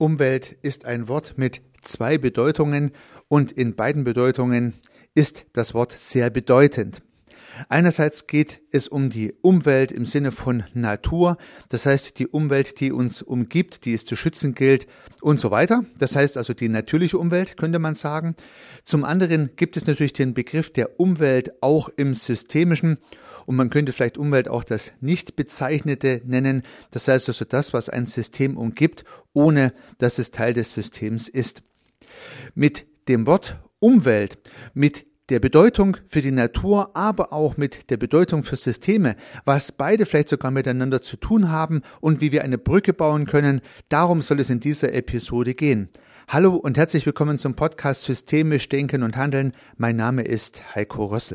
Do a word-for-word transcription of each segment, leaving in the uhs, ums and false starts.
Umwelt ist ein Wort mit zwei Bedeutungen und in beiden Bedeutungen ist das Wort sehr bedeutend. Einerseits geht es um die Umwelt im Sinne von Natur, das heißt die Umwelt, die uns umgibt, die es zu schützen gilt und so weiter. Das heißt also die natürliche Umwelt, könnte man sagen. Zum anderen gibt es natürlich den Begriff der Umwelt auch im Systemischen und man könnte vielleicht Umwelt auch das Nicht-Bezeichnete nennen. Das heißt also das, was ein System umgibt, ohne dass es Teil des Systems ist. Mit dem Wort Umwelt, mit der Bedeutung für die Natur, aber auch mit der Bedeutung für Systeme, was beide vielleicht sogar miteinander zu tun haben und wie wir eine Brücke bauen können, darum soll es in dieser Episode gehen. Hallo und herzlich willkommen zum Podcast Systemisch Denken und Handeln. Mein Name ist Heiko Rössel.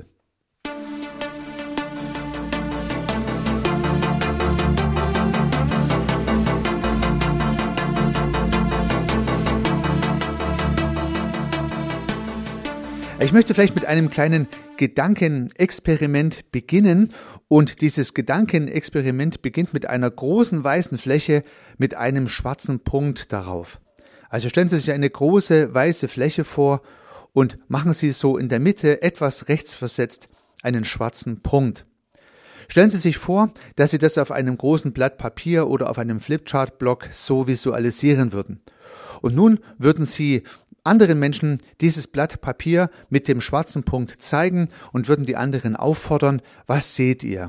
Ich möchte vielleicht mit einem kleinen Gedankenexperiment beginnen und dieses Gedankenexperiment beginnt mit einer großen weißen Fläche mit einem schwarzen Punkt darauf. Also stellen Sie sich eine große weiße Fläche vor und machen Sie so in der Mitte etwas rechts versetzt einen schwarzen Punkt. Stellen Sie sich vor, dass Sie das auf einem großen Blatt Papier oder auf einem Flipchart-Block so visualisieren würden. Und nun würden Sie anderen Menschen dieses Blatt Papier mit dem schwarzen Punkt zeigen und würden die anderen auffordern, was seht ihr?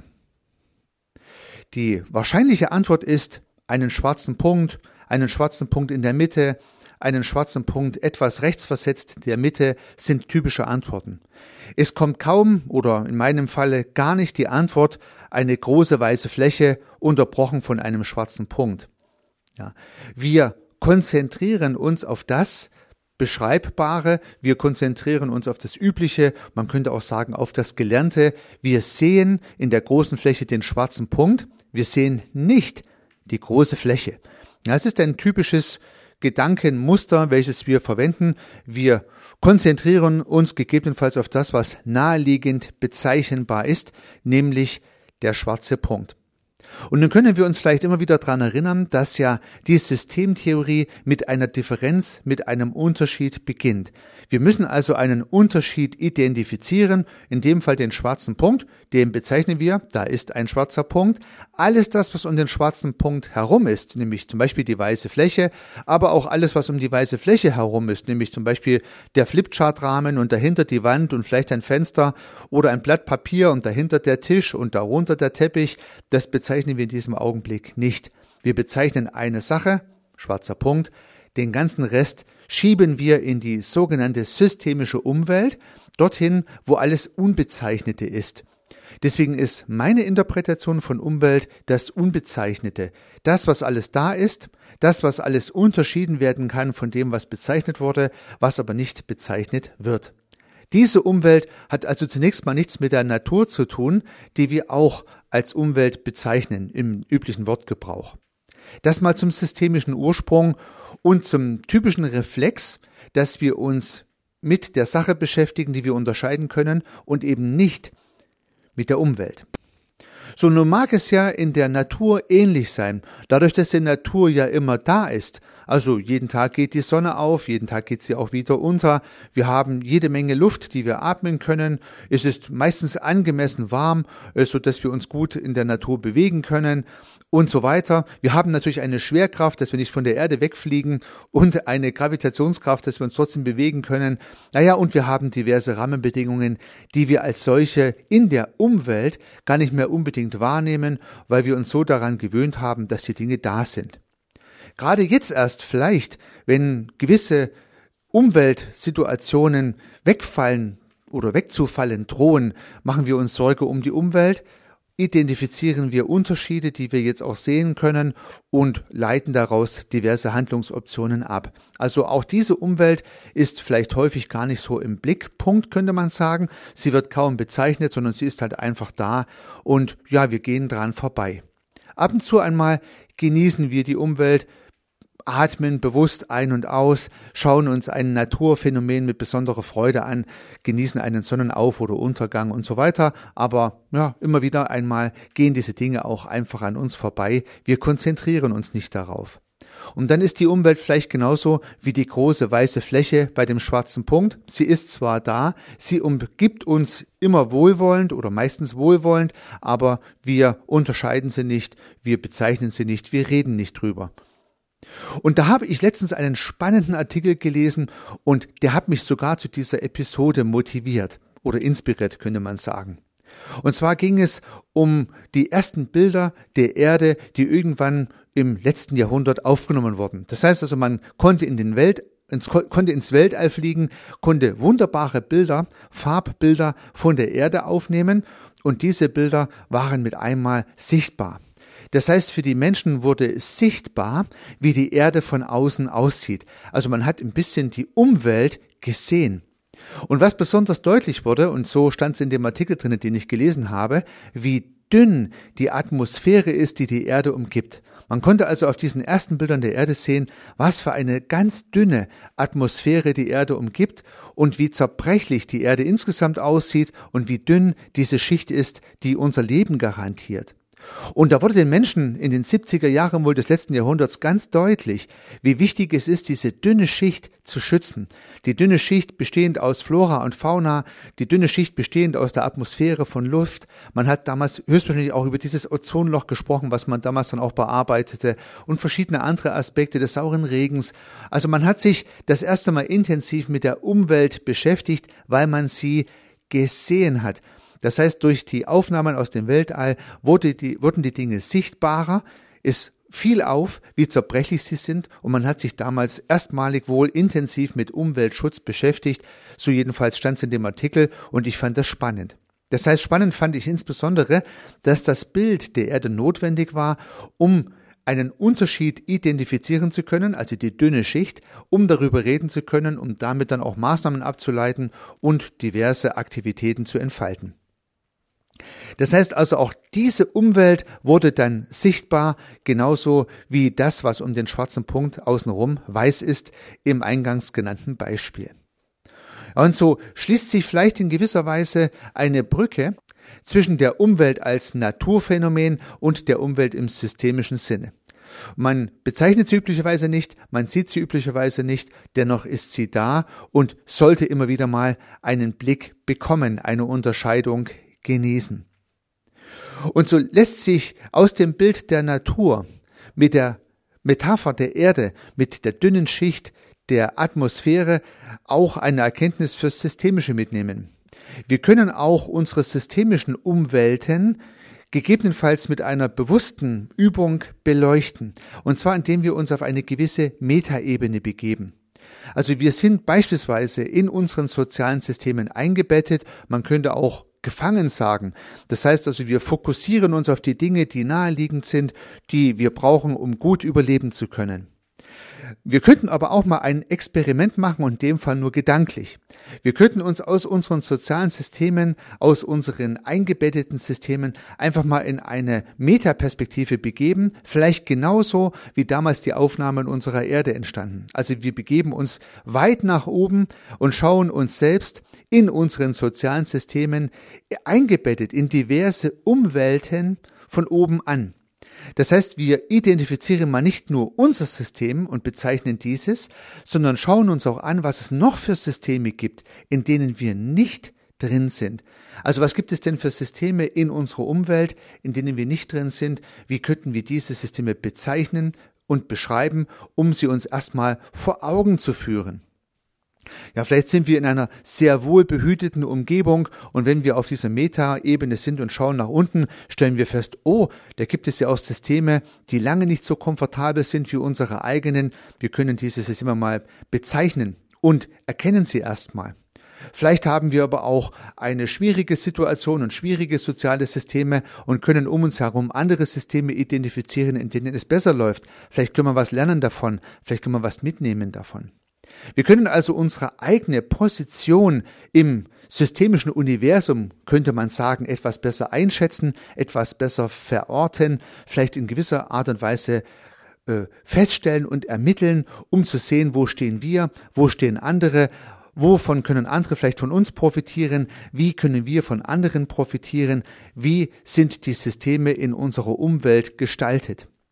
Die wahrscheinliche Antwort ist einen schwarzen Punkt, einen schwarzen Punkt in der Mitte, einen schwarzen Punkt etwas rechts versetzt der Mitte sind typische Antworten. Es kommt kaum oder in meinem Falle gar nicht die Antwort eine große weiße Fläche unterbrochen von einem schwarzen Punkt. Ja. Wir konzentrieren uns auf das Beschreibbare, wir konzentrieren uns auf das Übliche, man könnte auch sagen auf das Gelernte. Wir sehen in der großen Fläche den schwarzen Punkt, wir sehen nicht die große Fläche. Das ist ein typisches Gedankenmuster, welches wir verwenden. Wir konzentrieren uns gegebenenfalls auf das, was naheliegend bezeichnbar ist, nämlich der schwarze Punkt. Und nun können wir uns vielleicht immer wieder daran erinnern, dass ja die Systemtheorie mit einer Differenz, mit einem Unterschied beginnt. Wir müssen also einen Unterschied identifizieren, in dem Fall den schwarzen Punkt, den bezeichnen wir, da ist ein schwarzer Punkt. Alles das, was um den schwarzen Punkt herum ist, nämlich zum Beispiel die weiße Fläche, aber auch alles, was um die weiße Fläche herum ist, nämlich zum Beispiel der Flipchart-Rahmen und dahinter die Wand und vielleicht ein Fenster oder ein Blatt Papier und dahinter der Tisch und darunter der Teppich, das bezeichnen wir in diesem Augenblick nicht. Wir bezeichnen eine Sache, schwarzer Punkt, den ganzen Rest schieben wir in die sogenannte systemische Umwelt, dorthin, wo alles Unbezeichnete ist. Deswegen ist meine Interpretation von Umwelt das Unbezeichnete. Das, was alles da ist, das, was alles unterschieden werden kann von dem, was bezeichnet wurde, was aber nicht bezeichnet wird. Diese Umwelt hat also zunächst mal nichts mit der Natur zu tun, die wir auch als Umwelt bezeichnen im üblichen Wortgebrauch. Das mal zum systemischen Ursprung und zum typischen Reflex, dass wir uns mit der Sache beschäftigen, die wir unterscheiden können und eben nicht mit der Umwelt. So, nun mag es ja in der Natur ähnlich sein, dadurch, dass die Natur ja immer da ist. Also jeden Tag geht die Sonne auf, jeden Tag geht sie auch wieder unter. Wir haben jede Menge Luft, die wir atmen können. Es ist meistens angemessen warm, sodass wir uns gut in der Natur bewegen können und so weiter. Wir haben natürlich eine Schwerkraft, dass wir nicht von der Erde wegfliegen und eine Gravitationskraft, dass wir uns trotzdem bewegen können. Naja, und wir haben diverse Rahmenbedingungen, die wir als solche in der Umwelt gar nicht mehr unbedingt wahrnehmen, weil wir uns so daran gewöhnt haben, dass die Dinge da sind. Gerade jetzt erst vielleicht, wenn gewisse Umweltsituationen wegfallen oder wegzufallen drohen, machen wir uns Sorge um die Umwelt, identifizieren wir Unterschiede, die wir jetzt auch sehen können und leiten daraus diverse Handlungsoptionen ab. Also auch diese Umwelt ist vielleicht häufig gar nicht so im Blickpunkt, könnte man sagen. Sie wird kaum bezeichnet, sondern sie ist halt einfach da und ja, wir gehen dran vorbei. Ab und zu einmal genießen wir die Umwelt, atmen bewusst ein und aus, schauen uns ein Naturphänomen mit besonderer Freude an, genießen einen Sonnenauf- oder Untergang und so weiter. Aber ja, immer wieder einmal gehen diese Dinge auch einfach an uns vorbei. Wir konzentrieren uns nicht darauf. Und dann ist die Umwelt vielleicht genauso wie die große weiße Fläche bei dem schwarzen Punkt. Sie ist zwar da, sie umgibt uns immer wohlwollend oder meistens wohlwollend, aber wir unterscheiden sie nicht, wir bezeichnen sie nicht, wir reden nicht drüber. Und da habe ich letztens einen spannenden Artikel gelesen und der hat mich sogar zu dieser Episode motiviert oder inspiriert, könnte man sagen. Und zwar ging es um die ersten Bilder der Erde, die irgendwann im letzten Jahrhundert aufgenommen wurden. Das heißt also, man konnte in den Welt, ins, konnte ins Weltall fliegen, konnte wunderbare Bilder, Farbbilder von der Erde aufnehmen und diese Bilder waren mit einmal sichtbar. Das heißt, für die Menschen wurde sichtbar, wie die Erde von außen aussieht. Also man hat ein bisschen die Umwelt gesehen. Und was besonders deutlich wurde, und so stand es in dem Artikel drin, den ich gelesen habe, wie dünn die Atmosphäre ist, die die Erde umgibt. Man konnte also auf diesen ersten Bildern der Erde sehen, was für eine ganz dünne Atmosphäre die Erde umgibt und wie zerbrechlich die Erde insgesamt aussieht und wie dünn diese Schicht ist, die unser Leben garantiert. Und da wurde den Menschen in den siebziger Jahren wohl des letzten Jahrhunderts ganz deutlich, wie wichtig es ist, diese dünne Schicht zu schützen. Die dünne Schicht bestehend aus Flora und Fauna, die dünne Schicht bestehend aus der Atmosphäre von Luft. Man hat damals höchstwahrscheinlich auch über dieses Ozonloch gesprochen, was man damals dann auch bearbeitete und verschiedene andere Aspekte des sauren Regens. Also man hat sich das erste Mal intensiv mit der Umwelt beschäftigt, weil man sie gesehen hat. Das heißt, durch die Aufnahmen aus dem Weltall wurde die, wurden die Dinge sichtbarer, es fiel auf, wie zerbrechlich sie sind und man hat sich damals erstmalig wohl intensiv mit Umweltschutz beschäftigt, so jedenfalls stand es in dem Artikel und ich fand das spannend. Das heißt, spannend fand ich insbesondere, dass das Bild der Erde notwendig war, um einen Unterschied identifizieren zu können, also die dünne Schicht, um darüber reden zu können, um damit dann auch Maßnahmen abzuleiten und diverse Aktivitäten zu entfalten. Das heißt also, auch diese Umwelt wurde dann sichtbar, genauso wie das, was um den schwarzen Punkt außenrum weiß ist, im eingangs genannten Beispiel. Und so schließt sich vielleicht in gewisser Weise eine Brücke zwischen der Umwelt als Naturphänomen und der Umwelt im systemischen Sinne. Man bezeichnet sie üblicherweise nicht, man sieht sie üblicherweise nicht, dennoch ist sie da und sollte immer wieder mal einen Blick bekommen, eine Unterscheidung genießen. Und so lässt sich aus dem Bild der Natur mit der Metapher der Erde, mit der dünnen Schicht der Atmosphäre auch eine Erkenntnis fürs Systemische mitnehmen. Wir können auch unsere systemischen Umwelten gegebenenfalls mit einer bewussten Übung beleuchten, und zwar indem wir uns auf eine gewisse Metaebene begeben. Also wir sind beispielsweise in unseren sozialen Systemen eingebettet, man könnte auch gefangen sagen. Das heißt also, wir fokussieren uns auf die Dinge, die naheliegend sind, die wir brauchen, um gut überleben zu können. Wir könnten aber auch mal ein Experiment machen und in dem Fall nur gedanklich. Wir könnten uns aus unseren sozialen Systemen, aus unseren eingebetteten Systemen einfach mal in eine Metaperspektive begeben, vielleicht genauso wie damals die Aufnahmen unserer Erde entstanden. Also wir begeben uns weit nach oben und schauen uns selbst in unseren sozialen Systemen eingebettet in diverse Umwelten von oben an. Das heißt, wir identifizieren mal nicht nur unser System und bezeichnen dieses, sondern schauen uns auch an, was es noch für Systeme gibt, in denen wir nicht drin sind. Also was gibt es denn für Systeme in unserer Umwelt, in denen wir nicht drin sind? Wie könnten wir diese Systeme bezeichnen und beschreiben, um sie uns erstmal vor Augen zu führen? Ja, vielleicht sind wir in einer sehr wohl behüteten Umgebung und wenn wir auf dieser Meta-Ebene sind und schauen nach unten, stellen wir fest, oh, da gibt es ja auch Systeme, die lange nicht so komfortabel sind wie unsere eigenen. Wir können diese Systeme mal bezeichnen und erkennen sie erstmal. Vielleicht haben wir aber auch eine schwierige Situation und schwierige soziale Systeme und können um uns herum andere Systeme identifizieren, in denen es besser läuft. Vielleicht können wir was lernen davon, vielleicht können wir was mitnehmen davon. Wir können also unsere eigene Position im systemischen Universum, könnte man sagen, etwas besser einschätzen, etwas besser verorten, vielleicht in gewisser Art und Weise äh, feststellen und ermitteln, um zu sehen, wo stehen wir, wo stehen andere, wovon können andere vielleicht von uns profitieren, wie können wir von anderen profitieren, wie sind die Systeme in unserer Umwelt gestaltet.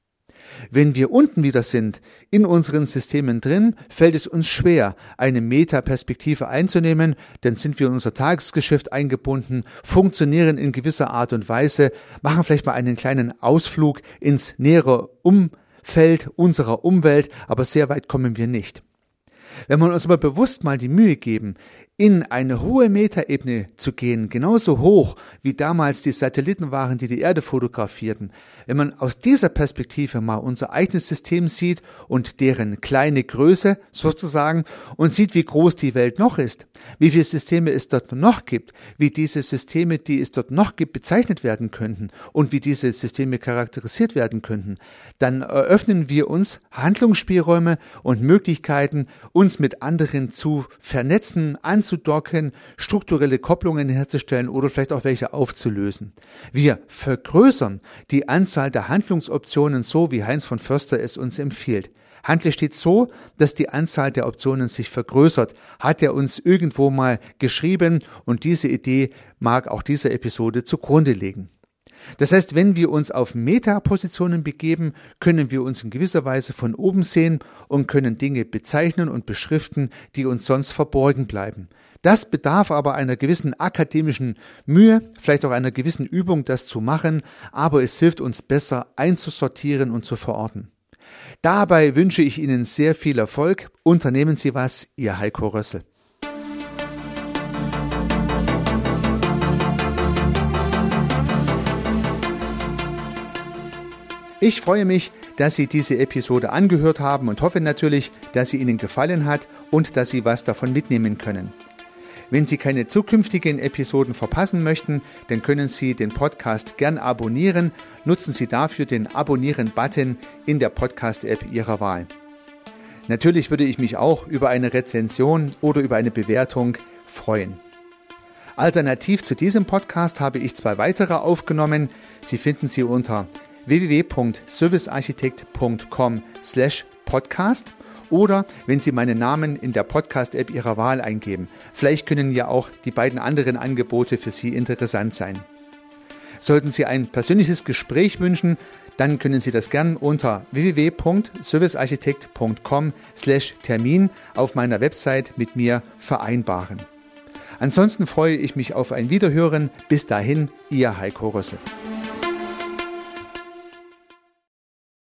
Wenn wir unten wieder sind, in unseren Systemen drin, fällt es uns schwer, eine Metaperspektive einzunehmen, denn sind wir in unser Tagesgeschäft eingebunden, funktionieren in gewisser Art und Weise, machen vielleicht mal einen kleinen Ausflug ins nähere Umfeld unserer Umwelt, aber sehr weit kommen wir nicht. Wenn wir uns aber bewusst mal die Mühe geben, in eine hohe Metaebene zu gehen, genauso hoch wie damals die Satelliten waren, die die Erde fotografierten, wenn man aus dieser Perspektive mal unser eigenes System sieht und deren kleine Größe sozusagen und sieht, wie groß die Welt noch ist, wie viele Systeme es dort noch gibt, wie diese Systeme, die es dort noch gibt, bezeichnet werden könnten und wie diese Systeme charakterisiert werden könnten, dann eröffnen wir uns Handlungsspielräume und Möglichkeiten, uns mit anderen zu vernetzen, anzudocken, strukturelle Kopplungen herzustellen oder vielleicht auch welche aufzulösen. Wir vergrößern die Anzahl der Handlungsoptionen so, wie Heinz von Förster es uns empfiehlt. Handle stets so, dass die Anzahl der Optionen sich vergrößert, hat er uns irgendwo mal geschrieben und diese Idee mag auch dieser Episode zugrunde liegen. Das heißt, wenn wir uns auf Metapositionen begeben, können wir uns in gewisser Weise von oben sehen und können Dinge bezeichnen und beschriften, die uns sonst verborgen bleiben. Das bedarf aber einer gewissen akademischen Mühe, vielleicht auch einer gewissen Übung, das zu machen, aber es hilft uns besser einzusortieren und zu verorten. Dabei wünsche ich Ihnen sehr viel Erfolg. Unternehmen Sie was, Ihr Heiko Rössel. Ich freue mich, dass Sie diese Episode angehört haben und hoffe natürlich, dass sie Ihnen gefallen hat und dass Sie was davon mitnehmen können. Wenn Sie keine zukünftigen Episoden verpassen möchten, dann können Sie den Podcast gern abonnieren. Nutzen Sie dafür den Abonnieren-Button in der Podcast-App Ihrer Wahl. Natürlich würde ich mich auch über eine Rezension oder über eine Bewertung freuen. Alternativ zu diesem Podcast habe ich zwei weitere aufgenommen. Sie finden sie unter w w w punkt servicearchitekt punkt com slash podcast oder wenn Sie meinen Namen in der Podcast-App Ihrer Wahl eingeben. Vielleicht können ja auch die beiden anderen Angebote für Sie interessant sein. Sollten Sie ein persönliches Gespräch wünschen, dann können Sie das gern unter w w w punkt servicearchitekt punkt com slash Termin auf meiner Website mit mir vereinbaren. Ansonsten freue ich mich auf ein Wiederhören. Bis dahin, Ihr Heiko Rössel.